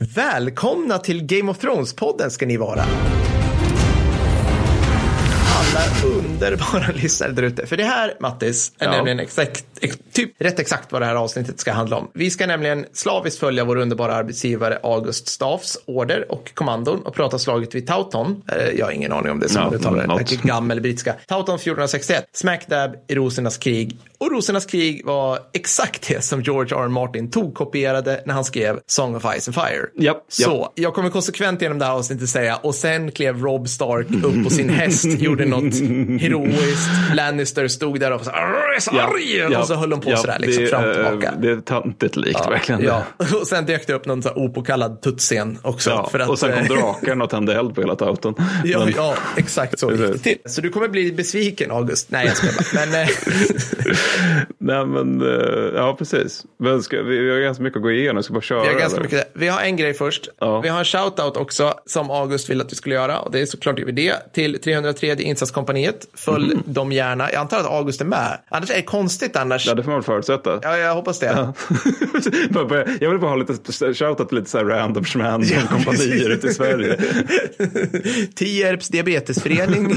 Välkomna till Game of Thrones-podden ska ni vara. Alla underbara lyssnare där ute. För det här, Mattis, är nämligen rätt exakt vad det här avsnittet ska handla om. Vi ska nämligen slaviskt följa vår underbara arbetsgivare August Staffs order och kommandon och prata slaget vid Tauton. Jag har ingen aning om det som du talar gammal brittiska. Tauton 1461. Smack dab i Rosornas krig. Och Rosornas krig var exakt det som George R. R. Martin kopierade när han skrev Song of Ice and Fire. Så jag kommer konsekvent genom det här avsnittet säga, och sen klev Robb Stark upp på sin häst, gjorde något heroiskt. Lannister stod där och så arg, och så höll de på sådär liksom fram och tillbaka. Det är tantigt likt verkligen. Ja. Och sen dök det upp någon så opåkallad tuttscen också. För att, och sen kom draken och tände eld på hela Tauton. Ja, exakt så gick till. Så du kommer bli besviken, August. Nej, jag ska bara. Men nej, men ja, precis. Men vi har ganska mycket att gå igenom. Ska bara köra. Vi har en grej först. Vi har en shoutout också som August vill att vi skulle göra, och det är såklart det till 303 insatskompaniet. Följ dem gärna. Jag antar att August är med. Annars är det konstigt annars. Ja, det får man förutsätta. Ja, jag hoppas det. Ja. Jag vill bara ha lite shoutout till lite så här random kompanier ute i Sverige. Tierps diabetesförening.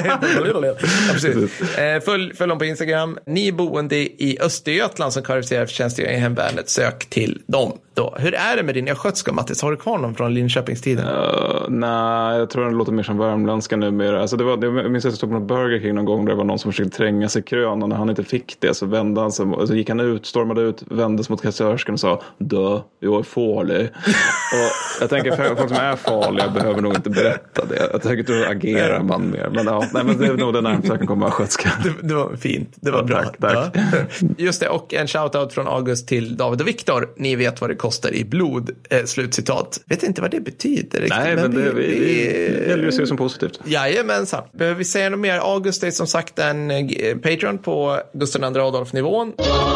Följ dem på Instagram. Ni boende i Östergötland som kvalificerar för tjänstgöring i hemvärnet, sök till dem då. Hur är det med din östgötska, Mattis? Har du kvar någon från Linköpingstiden? Nej, jag tror den låter mer som värmländska numera. Alltså jag minns att jag stod på Burger King någon gång där det var någon som försökte tränga sig i krön, och när han inte fick det så vände han sig, så gick han ut, stormade ut, vändes mot kassörskan och sa: jag är farlig. Och jag tänker, folk som är farliga behöver nog inte berätta det. Jag tänker då agerar man mer. Men men det är nog den närmaste jag kan komma östgötska. Det var fint. Det var bra. Tack. Ja. Just det, och en shoutout från August till David och Viktor. Ni vet vad det kostar i blod. Slutcitat. Vet inte vad det betyder riktigt. Nej, men det gäller ju att se som positivt. Jajamensan. Behöver vi säga något mer? August är som sagt en Patreon på Gustav II Adolf-nivån.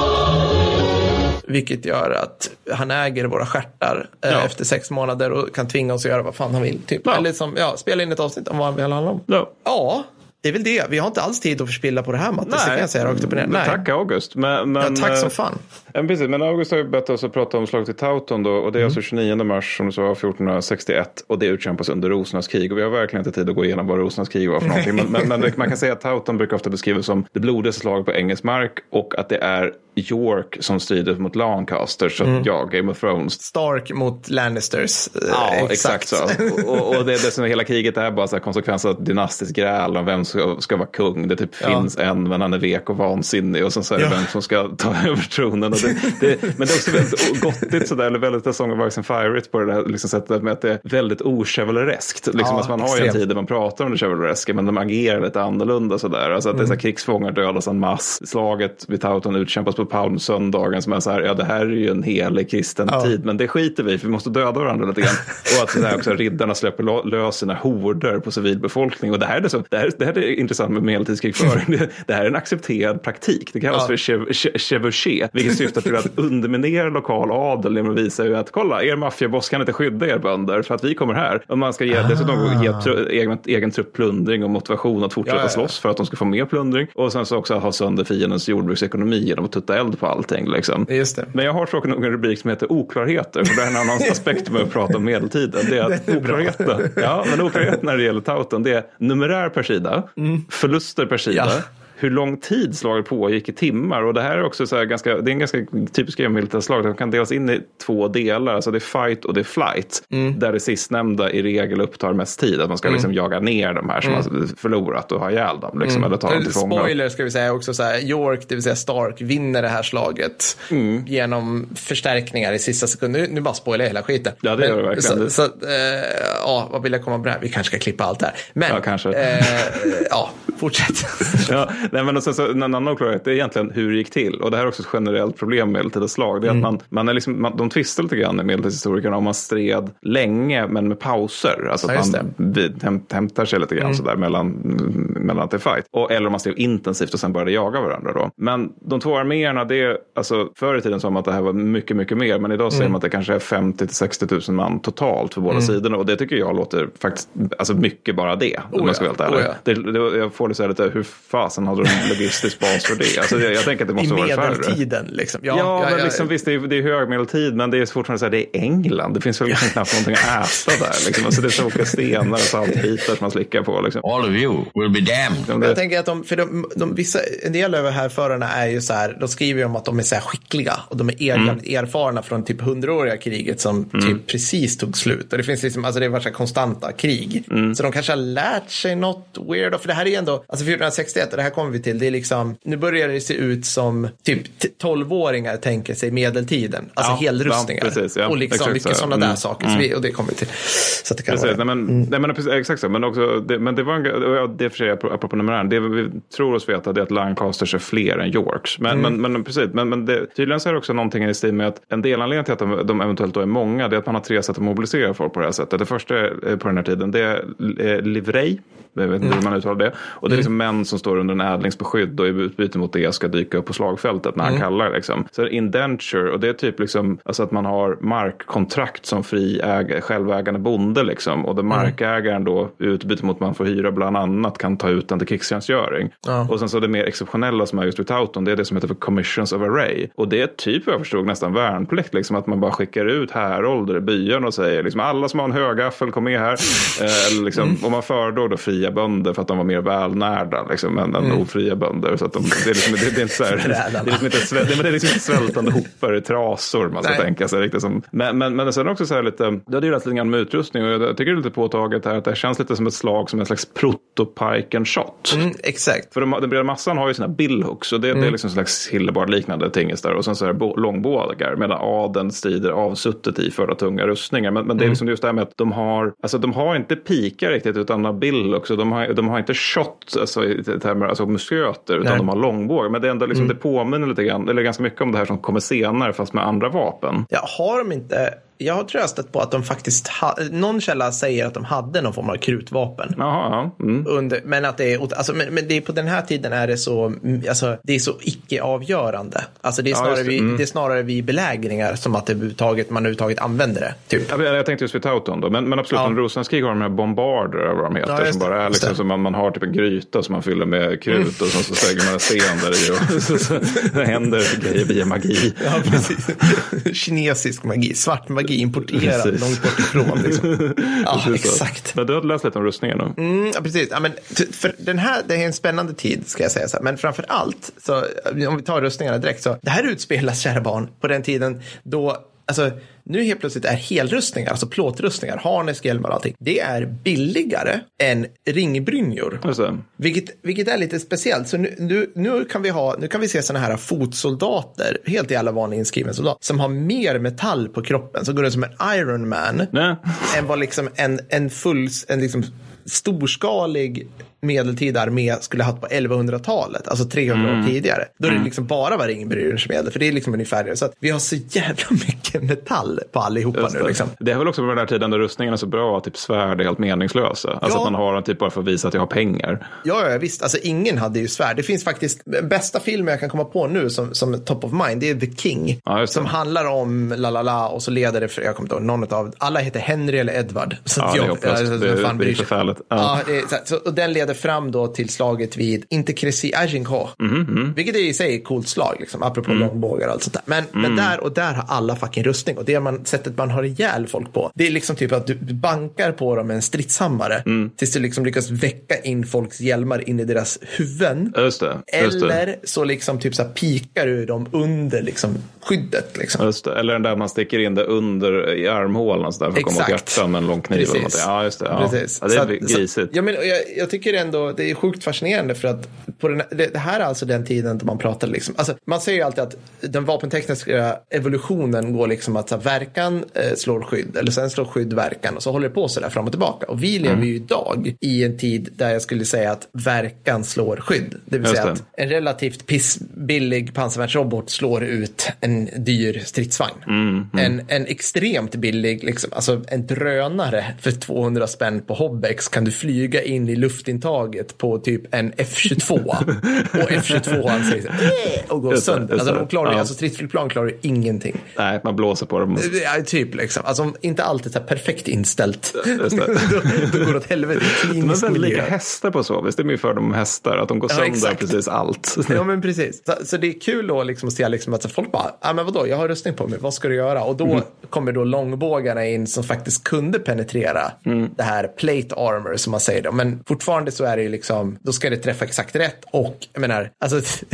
Vilket gör att han äger våra stjärtar efter 6 månader och kan tvinga oss att göra vad fan han vill. Typ. Eller som, spela in ett avsnitt om vad han vill handla om. Ja. Det är väl det. Vi har inte alls tid att förspilla på det här, Mattis. Det kan jag säga rakt upp och ner. Nej. Tack, August. Men, tack som fan. Precis, men August har ju bett oss att prata om slaget i Tauton då, och det är alltså 29 mars som du sa 1461, och det utkämpas under Rosornas krig, och vi har verkligen inte tid att gå igenom vad Rosornas krig var för någonting. men man kan säga att Tauton brukar ofta beskrivas som det blodigaste slaget på engelsk mark, och att det är York som strider mot Lancaster, så Game of Thrones. Stark mot Lannisters. Ja, exakt så. och det som hela kriget är bara så här konsekvenser av dynastisk gräl om vem ska vara kung. Det typ finns en, men han är vek och vansinnig, och sen så är det vem som ska ta över tronen. Och men det är också väldigt gottigt sådär, eller väldigt Song of Ice and Fire på det där liksom sättet med att det är väldigt ochevalereskt. Liksom att man har ju en tid där man pratar om det chevalereska, men de agerar lite annorlunda sådär. Alltså att dessa krigsfångar dödas en mass. Slaget vid Tauton utkämpas på Palmsöndagen som är så här, det här är ju en helig kristen tid, men det skiter vi, för vi måste döda varandra lite grann. Och att det här också riddarna släpper lös sina horder på civilbefolkning. Och det här är intressant med medeltidskrigföring. Det här är en accepterad praktik. Det kallas för chevauché, vilket syftar till att underminera lokal adel genom att visa att kolla, er maffiaboss kan inte skydda er bönder för att vi kommer här. Och man ska dessutom ge egen trupp plundring och motivation att fortsätta slåss för att de ska få mer plundring. Och sen så också ha sönder fiendens jordbruksekonomi genom att tutta eld på allting liksom. Just det. Men jag har tråkigt nog en rubrik som heter oklarheter, för det är en annan aspekt med att prata om medeltiden. Det är att oklarheter när det gäller Tauton, det är numerär per sida, förluster per sida, hur lång tid slaget pågick i timmar. Och det här är också så här det är en ganska typisk militära slag. De kan delas in i 2 delar. Alltså det är fight och det är flight. Där det sistnämnda i regel upptar mest tid. Att man ska liksom jaga ner de här som har förlorat och ha ihjäl dem. Liksom, eller ta dem till fånga. Spoiler ska vi säga också så här. York, det vill säga Stark, vinner det här slaget genom förstärkningar i sista sekunden. Nu bara spoilar jag hela skiten. Ja, det gör det verkligen. Så vad vill jag komma på det här? Vi kanske ska klippa allt här. Men, kanske. Fortsätt. Nej, men sen så en annan oklarhet är egentligen hur det gick till. Och det här är också ett generellt problem med medeltida slag. Det är att man är liksom, de tvistar lite grann i medeltidshistorikerna om man stred länge men med pauser. Alltså att man hämtar sig lite grann sådär mellan att det är fight. Eller om man stred intensivt och sen började jaga varandra då. Men de 2 arméerna, det är alltså förr i tiden som att det här var mycket, mycket mer. Men idag säger man att det kanske är 50-60 000 man totalt för båda sidorna. Och det tycker jag låter faktiskt, alltså mycket bara det. Om man ska vara helt ärlig. Jag får det så här lite, hur fasen hade jättestor logistisk bas för det. Alltså jag tänker att det måste vara färre. I medeltiden liksom. Visst, det är hög medeltid, men det är fortfarande så här, det är England. Det finns väl liksom knappt någonting att äta där. Liksom. Alltså det är så olika stenar och saltbitar som man slickar på. Liksom. All of you will be damned. Jag tänker att en del av de här förarna är ju så här, de skriver ju om att de är så här skickliga och de är erfarna från typ 100-åriga kriget som typ precis tog slut. Och det finns liksom, alltså det har varit så konstanta krig. Så de kanske har lärt sig något weird. För det här är ändå, alltså 1461, och det här kommer vi till, det är liksom, nu börjar det se ut som typ 12-åringar tänker sig medeltiden. Alltså helrustningar. Precis, ja. Och liksom Exakt, mycket sådana där saker. Och det kommer vi till. Så att det kan precis, vara. nej, men exakt så. Men också, det var det för sig apropå numerären. Det vi tror oss veta, det är att Lancasters är fler än Yorks. Men precis, men det, tydligen så är det också någonting i stil med att en delanledning till att de eventuellt då är många, det är att man har 3 sätt att mobilisera folk på det här sättet. Det första på den här tiden, det är livrej. Jag vet inte hur man uttalar det. Och det är liksom män som står under en ädlingsbeskydd och i utbyte mot det ska dyka upp på slagfältet när han kallar liksom. Så indenture, och det är typ liksom, alltså att man har markkontrakt som självägande bonde liksom. Och där markägaren då i utbyte mot att man får hyra bland annat kan ta ut den till krigstjänstgöring. Och sen så det mer exceptionella som är just vid Tauton, det är det som heter för Commissions of Array. Och det är typ, jag förstod, nästan värnplikt liksom, att man bara skickar ut härolder i byn och säger liksom, alla som har en högaffel kom med här. Eller liksom, och man föredrar då fria bönder för att de var mer välnärda liksom, än ofria bönder. Så att det är inte så här, det är liksom inte svältande hopar i trasor man ska tänka sig riktigt som. Men sen också så här lite, det hade ju rätt lite grann med utrustning, och jag tycker det är lite påtaget här att det känns lite som ett slag som en slags proto-pike and shot. Exakt. För den breda massan har ju sina billhooks, och det är liksom en slags Hillebard-liknande ting där, och sen så är det långbågar, medan adeln strider avsuttet i förra tunga rustningar. Men det är liksom just det här med att de har inte pikar riktigt utan har billhooks, och de har inte shot alltså, i termer, alltså musköter, utan de har långbågar. Men det är ändå liksom, det påminner lite grann, eller ganska mycket om det här som kommer senare fast med andra vapen. Ja, har de inte... Jag har tröstat på att de faktiskt någon källa säger att de hade någon form av krutvapen. Jaha, men att det är alltså, men det är på den här tiden är det så, alltså det är så icke-avgörande. Alltså det är snarare det är snarare vid belägringar som att man överhuvudtaget använder det typ. Jag tänkte just vid Tauton då, men absolut, under Rosenskrig har de här bombarder eller vad de heter, som bara är liksom som man har typ en gryta som man fyller med krut och så säger man en sten där i och så händer grejer via magi. Ja, precis. Kinesisk magi, svart magi importerad långt bort ifrån liksom. Ja, exakt. Men du har läst lite om rustningen då? Ja, precis. Ja, men för det är en spännande tid, ska jag säga så här. Men framför allt, så om vi tar rustningarna direkt, så det här utspelas, kära barn, på den tiden då, alltså nu helt plötsligt är helrustningar, alltså plåtrustningar, harnesk, hjälmar och allting, det är billigare än ringbrynjor. Vilket är lite speciellt. Så nu kan vi se såna här fotsoldater, helt jävla vanlig inskriven soldat, som har mer metall på kroppen, så går det som en Iron Man än vad liksom en liksom storskalig medeltida armé skulle ha haft på 1100-talet, alltså 300 år tidigare. Då är det liksom bara var ringbrynjor, för det är liksom ungefär så att vi har så jävla mycket metall på allihopa nu liksom. Det är väl också på den här tiden där rustningen är så bra att typ svärd är helt meningslösa. Alltså att man har en typ bara för att visa att jag har pengar. Ja, visst. Alltså ingen hade ju svärd. Det finns faktiskt, bästa filmen jag kan komma på nu som top of mind, det är The King. Ja, som handlar om och så leder det, jag kommer inte ihåg, alla heter Henry eller Edward. Så det är hopplöst. Det är förfärligt. Ja, och den leder fram då till slaget vid Inte-Crécy-Agincourt. Vilket är i sig ett coolt slag, liksom, apropå långbågar och allt sånt där. Men där har alla fucking rustning, och det sättet man har ihjäl folk på, det är liksom typ att du bankar på dem med en stridshammare tills du liksom lyckas väcka in folks hjälmar in i deras huvuden. Eller så liksom typ så här pikar du dem under liksom skyddet liksom. Just det. Eller den där man sticker in det under i armhålan så där för att komma åt hjärtan med en lång kniv. Ja, just det. Ja. Precis. Ja, det är grisigt. Jag tycker ändå det är sjukt fascinerande, för att det här är alltså den tiden då man pratar liksom, alltså man säger ju alltid att den vapentekniska evolutionen går liksom att så här, verkan slår skydd, eller sen slår skydd verkan, och så håller det på så där fram och tillbaka. Och vi lever ju idag i en tid där jag skulle säga att verkan slår skydd. Det vill säga att en relativt pissbillig pansarvärnsrobot slår ut en dyr stridsvagn. En extremt billig liksom, alltså en drönare för 200 spänn på Hobbex kan du flyga in i luftintaget på typ en F-22 och F-22 säger och går sönder. Alltså stridsflygplan klarar ju ingenting. Nej, man blåser på dem Ja, typ liksom. Alltså inte alltid så här perfekt inställt. då går det åt helvete. De är väldigt lika hästar på så. Visst är det för de hästar att de går sönder precis allt. Ja, men precis. Så det är kul då liksom att se liksom att folk bara, men vadå, jag har rustning på mig, vad ska du göra? Och då kommer då långbågarna in som faktiskt kunde penetrera det här plate armor som man säger då. Men fortfarande så är det ju liksom, då ska det träffa exakt rätt. Och jag menar, alltså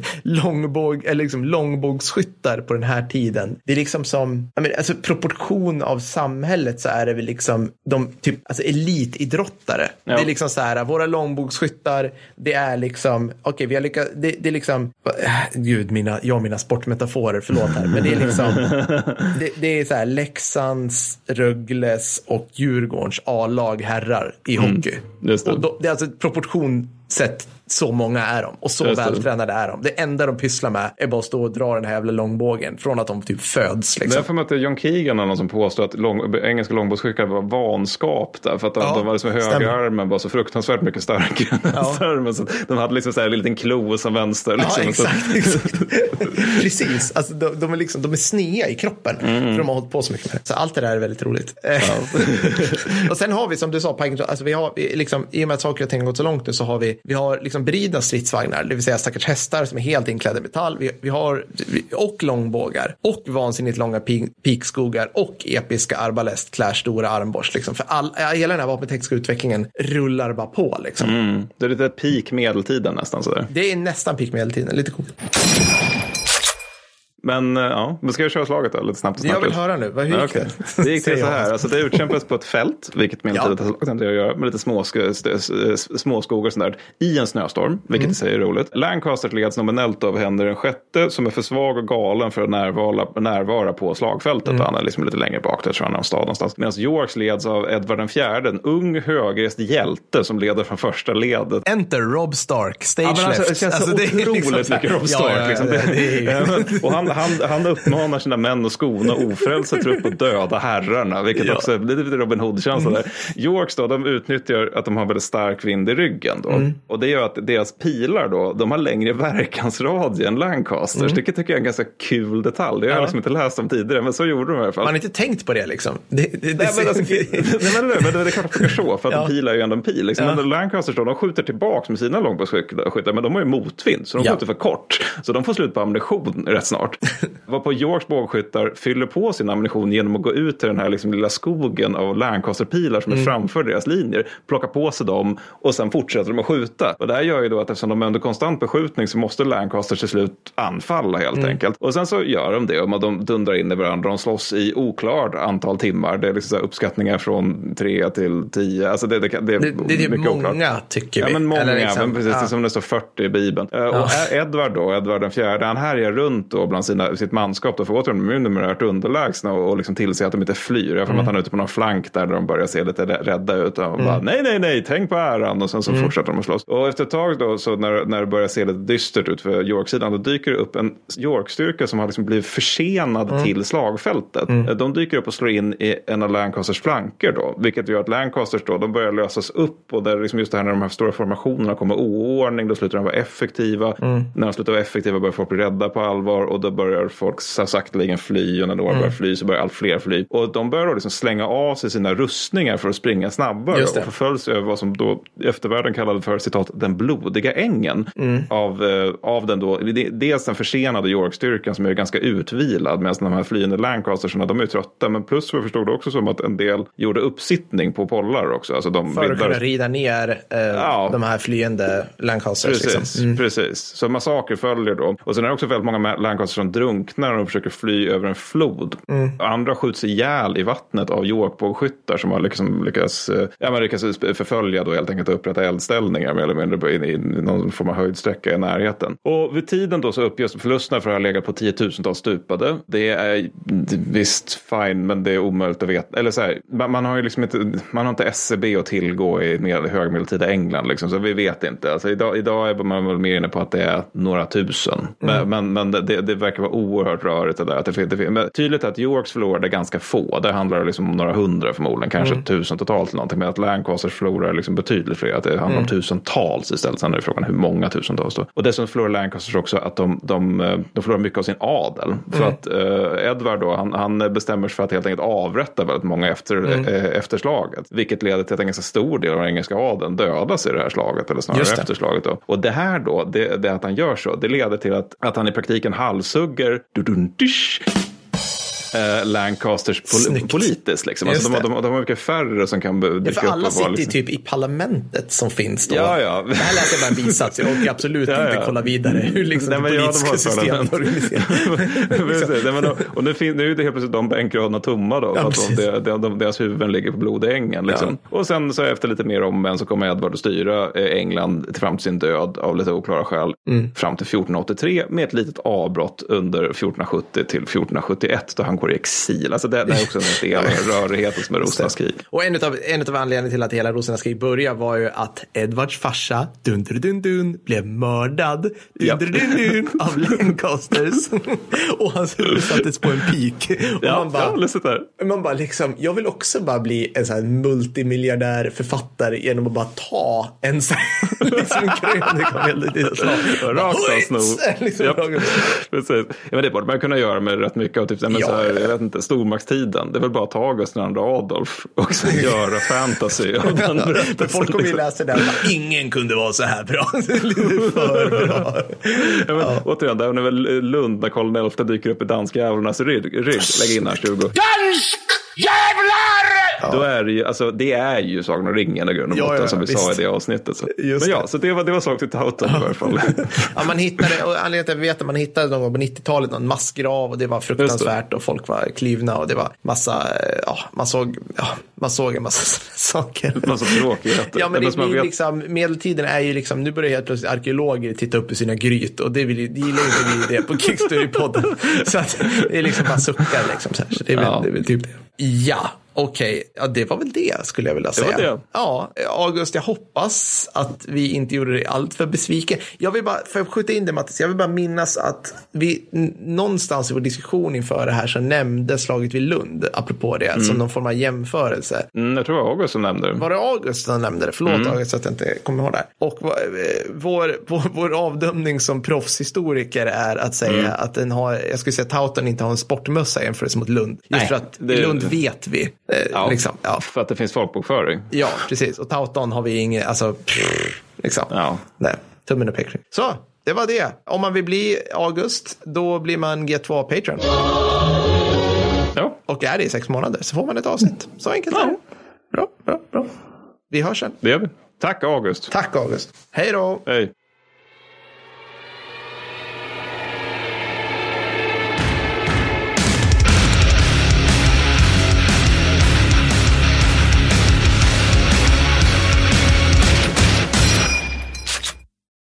långbågsskyttar på den här tiden, det är liksom som, jag menar, alltså proportion av samhället så är det väl liksom de typ, alltså elitidrottare. Ja. Det är liksom så här, våra långbågsskyttar, det är liksom, okej, vi har lyckats, det är liksom, gud, mina sportmetaforer, förlåt här, men det är liksom det är så här Leksands, Rögles och Djurgårdens A-lag herrar i hockey. Just det. Och det är alltså proportion sett, så många är de. Och så vältränade är de. Det enda de pysslar med är bara att stå och dra den här jävla långbågen från att de typ föds. Liksom. Därför att det är John Keegan eller någon som påstår att engelska långbågsskyttar var vanskap där. För att de var liksom högerarmen bara så fruktansvärt mycket starkare än vänsterarmen. Så de hade liksom så här en liten klo som vänster. Liksom. Ja, exakt. Precis. Alltså, de är snea i kroppen. För de har hållit på så mycket med det. Så allt det där är väldigt roligt. Ja. Och sen har vi, som du sa, alltså vi har liksom, i och med att saker och ting har gått så långt nu, så har vi har liksom beridna stridsvagnar, det vill säga stackars hästar som är helt inklädda i metall. Vi har och långbågar och vansinnigt långa pikskogar och episka arbalest klär stora armborst liksom. För hela den här vapentekniska utvecklingen rullar bara på liksom. Det är lite peak medeltiden nästan sådär. Det är nästan peak medeltiden, lite coolt. Men ja, men ska jag köra slaget då, lite snabbt? Jag vill höra nu, hur gick det? Det gick till så här, alltså det utkämpas på ett fält, vilket medeltiden har slaget inte att göra, med lite småskogar och sånt där, i en snöstorm, vilket i sig är roligt. Lancaster leds nominellt av Henry den sjätte, som är för svag och galen för att närvara på slagfältet. Han är liksom lite längre bak, där tror jag han är stad någonstans. Medan Yorks leds av Edvard den fjärde, en ung högrest hjälte som leder från första ledet. Enter Robb Stark, stage left. Det känns så otroligt mycket Robb Stark. Och han uppmanar sina män att skona ofrälse trupp och döda herrarna, vilket också är lite Robin Hood-känsla där. Yorks då, de utnyttjar att de har väldigt stark vind i ryggen då. Och det gör att deras pilar då, de har längre verkansradie än Lancasters. Det tycker jag är en ganska kul detalj. Det har jag liksom inte läst om tidigare, men så gjorde de i alla fall. Man har inte tänkt på det liksom. Men det är klart att det är så, för att en pil är ju ändå en pil. Liksom. Men Lancasters då, de skjuter tillbaka med sina långbågsskyttar, men de har ju motvind, så de skjuter för kort. Så de får slut på ammunition rätt snart. Varpå Yorks bågskyttar fyller på sin ammunition genom att gå ut till den här liksom lilla skogen av Lancaster-pilar som är framför deras linjer, plocka på sig dem och sen fortsätter de att skjuta. Och det här gör ju då att eftersom de är under konstant beskjutning så måste Lancaster till slut anfalla helt enkelt. Och sen så gör de det, och de dundrar in i varandra. De slåss i oklart antal timmar. Det är liksom så uppskattningar från 3 till 10. Alltså det är många oklart. Tycker vi. Ja, men många, liksom, men precis som det står 40 i Bibeln. Och Edvard den fjärde, han härjar runt då bland sitt manskap då, för återigen de är numerärt underlägsna och liksom tillse att de inte flyr. Jag får att han är ute på någon flank där de börjar se lite rädda ut och bara, nej, tänk på äran, och sen så fortsätter de att slåss. Och efter ett tag då, så när det börjar se lite dystert ut för York-sidan, då dyker det upp en York-styrka som har liksom blivit försenad till slagfältet. De dyker upp och slår in i en av Lancasters flanker då, vilket gör att Lancasters då, de börjar lösas upp, och där liksom just det här när de här stora formationerna kommer oordning, då slutar de vara effektiva. När de slutar vara effektiva börjar folk bli rädda på allvar, och då börjar folk sakteligen fly, och när några börjar fly så börjar allt fler fly. Och de börjar då liksom slänga av sig sina rustningar för att springa snabbare, och förföljs över vad som då eftervärlden kallade för, citat, den blodiga ängen av den då, dels den försenade York-styrkan som är ganska utvilad, medan de här flyende Lancastersarna, de är trötta, men plus vi förstod det också som att en del gjorde uppsittning på pollar också. Alltså för att kunna rida ner de här flyende Lancasters. Precis. Så massaker följer då. Och sen är det också väldigt många Lancasters som drunknar och försöker fly över en flod. Andra skjuts ihjäl i vattnet av York-bågskyttar som har liksom lyckats förfölja då helt enkelt och upprätta eldställningar mer eller mindre i någon form av höjdsträcka i närheten. Och vid tiden då så uppges förlusterna för att ha legat på 10,000-tals stupade. Det är visst fine, men det är omöjligt att veta. Eller så här, man har ju liksom inte SCB att tillgå i högmedeltida England liksom, så vi vet inte. Alltså idag är man väl mer inne på att det är några tusen. Men det verkar verkar vara oerhört rörigt det där. Att men tydligt att Yorks förlorade ganska få. Det handlar liksom om några hundra förmodligen, kanske 1000 totalt någonting. Men att Lancasters förlorar liksom betydligt fler. Att det handlar om tusentals istället. Sen är det frågan hur många tusentals då. Och dessutom förlorar Lancasters också att de förlorar mycket av sin adel. För att Edward då, han bestämmer sig för att helt enkelt avrätta väldigt många efter slaget. Vilket leder till att en ganska stor del av den engelska adeln dödas i det här slaget. Eller snarare efter slaget då. Och det här då, det att han gör så, det leder till att han i praktiken halshugger Lancasters politiskt liksom. Alltså de har mycket färre som kan dyka upp. För alla sitter liksom typ i parlamentet som finns då. Ja. Det här läser bara en bisats och absolut inte kolla vidare hur liksom det politiska systemet organiseras. Och nu är det helt plötsligt de bänkraderna tomma då. För att deras huvuden ligger på blodängen liksom. Och sen så efter lite mer om så kommer Edward att styra England fram till sin död av lite oklara skäl fram till 1483 med ett litet avbrott under 1470 till 1471 då han går i exil. Alltså det är också en del av rörigheten som är Rosornas krig. Och en av anledningarna till att hela Rosornas krig börjar var ju att Edwards farsa blev mördad av Lancasters och hans huvud sattes på en pik. Och man bara liksom, jag vill också bara bli en sån här multimiljardär författare genom att bara ta en sån liksom krönika med det slag. Precis. Ja, men det borde man kunna göra med rätt mycket av typ jag vet inte, stormaktstiden. Det är väl bara att ta August II Adolf och sen göra fantasy av den berättelsen. Folk kommer ju läsa den. Ingen kunde vara så här bra. Lite för bra. Återigen, där är väl Lund när Karl XI dyker upp i danskjävlarnas rygg. Lägg in här 20. Danskjävlar! Då är det ju, alltså det är ju Sagan om ringen i grund och botten som vi sa i det avsnittet. Så. Så det var sak till Tauton i alla fall. Ja, man hittade, och anledningen till att jag vet att man hittade någon gång på 90-talet någon massgrav och det var fruktansvärt och folk var klivna och det var massa, man såg en massa saker. Massa tråkigheter. Ja, men det blir liksom, medeltiden är ju liksom, nu börjar helt plötsligt arkeologer titta upp i sina gryt och det gillar inte vi det på Kickstory-podden. Så att det är liksom bara suckar liksom så här. Så det är väl typ det. Ja. Okej, det var väl det skulle jag vilja säga. Det var det. Ja, August, jag hoppas att vi inte gjorde det allt för besviken. Jag vill bara, för att skjuta in det Mattis, jag vill bara minnas att vi någonstans i vår diskussion inför det här så nämnde slaget vid Lund, apropå det, som någon form av jämförelse. Jag tror det var August som nämnde det. Var det August som nämnde det? Förlåt August att jag inte kommer ihåg det. Och vår avdömning som proffshistoriker är att säga att jag skulle säga att Tauton inte har en sportmössa jämfört mot Lund. Just för att i Lund vet vi. Liksom, för att det finns folkbokföring. Ja, precis. Och Tauton har vi inget, alltså, liksom. Ja. Nej, tummen och pekring. Så, det var det. Om man vill bli August, då blir man G2 Patreon. Ja. Och är det i 6 månader så får man ett avsnitt. Så enkelt är det. Bra. Vi hörs sen. Det gör vi. Tack August. Hej då. Hej.